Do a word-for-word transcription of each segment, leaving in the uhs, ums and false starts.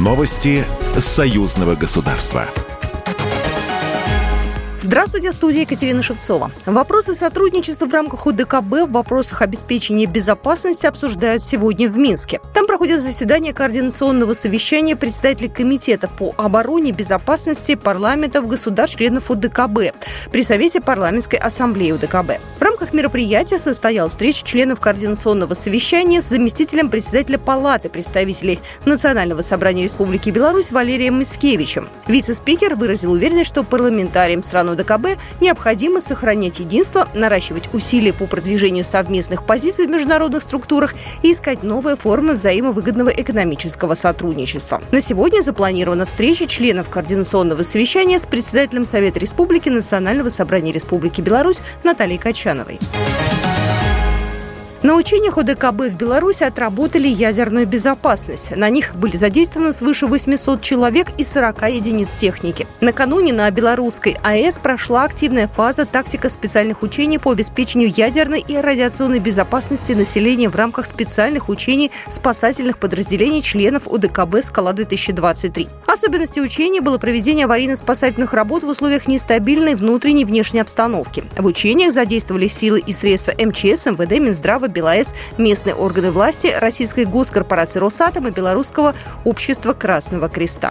Новости союзного государства. Здравствуйте, в студии Екатерина Шевцова. Вопросы сотрудничества в рамках УДКБ в вопросах обеспечения безопасности обсуждают сегодня в Минске. Там проходит заседание координационного совещания представителей комитетов по обороне, безопасности, парламентов, государств-членов УДКБ при Совете парламентской ассамблеи УДКБ. В рамках мероприятия состоялась встреча членов координационного совещания с заместителем председателя Палаты представителей Национального собрания Республики Беларусь Валерием Мицкевичем. Вице-спикер выразил уверенность, что парламентариям стран УДКБ необходимо сохранять единство, наращивать усилия по продвижению совместных позиций в международных структурах и искать новые формы взаимовыгодного экономического сотрудничества. На сегодня запланирована встреча членов координационного совещания с председателем Совета Республики Национального собрания Республики Беларусь Натальей Качановой. На учениях УДКБ в Беларуси отработали ядерную безопасность. На них были задействованы свыше восемьсот человек и сорок единиц техники. Накануне на белорусской АЭС прошла активная фаза тактика специальных учений по обеспечению ядерной и радиационной безопасности населения в рамках специальных учений спасательных подразделений членов УДКБ «Скала-две тысячи двадцать три». Особенностью учений было проведение аварийно-спасательных работ в условиях нестабильной внутренней и внешней обстановки. В учениях задействовали силы и средства МЧС, МВД, Минздрава, БелАЭС, местные органы власти, российской госкорпорации «Росатом» и Белорусского общества Красного Креста.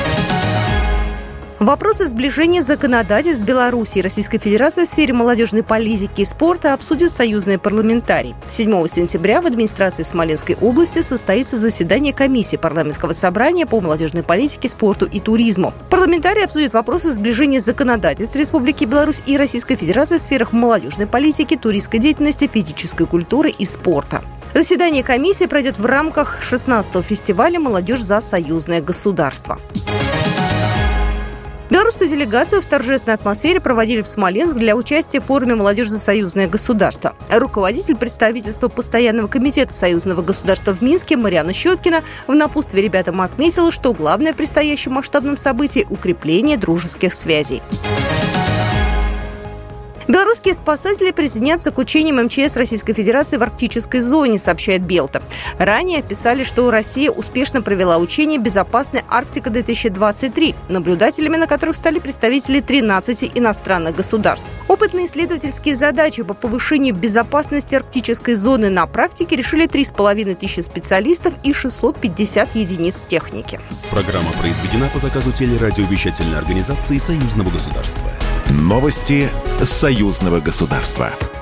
Вопросы сближения законодательств Беларуси и Российской Федерации в сфере молодежной политики и спорта обсудят союзные парламентарии. седьмого сентября в администрации Смоленской области состоится заседание комиссии парламентского собрания по молодежной политике, спорту и туризму. Парламентарии обсудят вопросы сближения законодательств Республики Беларусь и Российской Федерации в сферах молодежной политики, туристской деятельности, физической культуры и спорта. Заседание комиссии пройдет в рамках шестнадцатого фестиваля «Молодежь за союзное государство». Белорусскую делегацию в торжественной атмосфере проводили в Смоленск для участия в форуме «Молодежь за союзное государство». Руководитель представительства Постоянного комитета союзного государства в Минске Марьяна Щеткина в напутствии ребятам отметила, что главное в предстоящем масштабном событии – укрепление дружеских связей. Белорусские спасатели присоединятся к учениям МЧС Российской Федерации в арктической зоне, сообщает Белта. Ранее писали, что Россия успешно провела учение «Безопасная Арктика-две тысячи двадцать три», наблюдателями на которых стали представители тринадцати иностранных государств. Опытные исследовательские задачи по повышению безопасности арктической зоны на практике решили три с половиной тысячи специалистов и шестьсот пятьдесят единиц техники. Программа произведена по заказу телерадиовещательной организации Союзного государства. Новости союзного государства.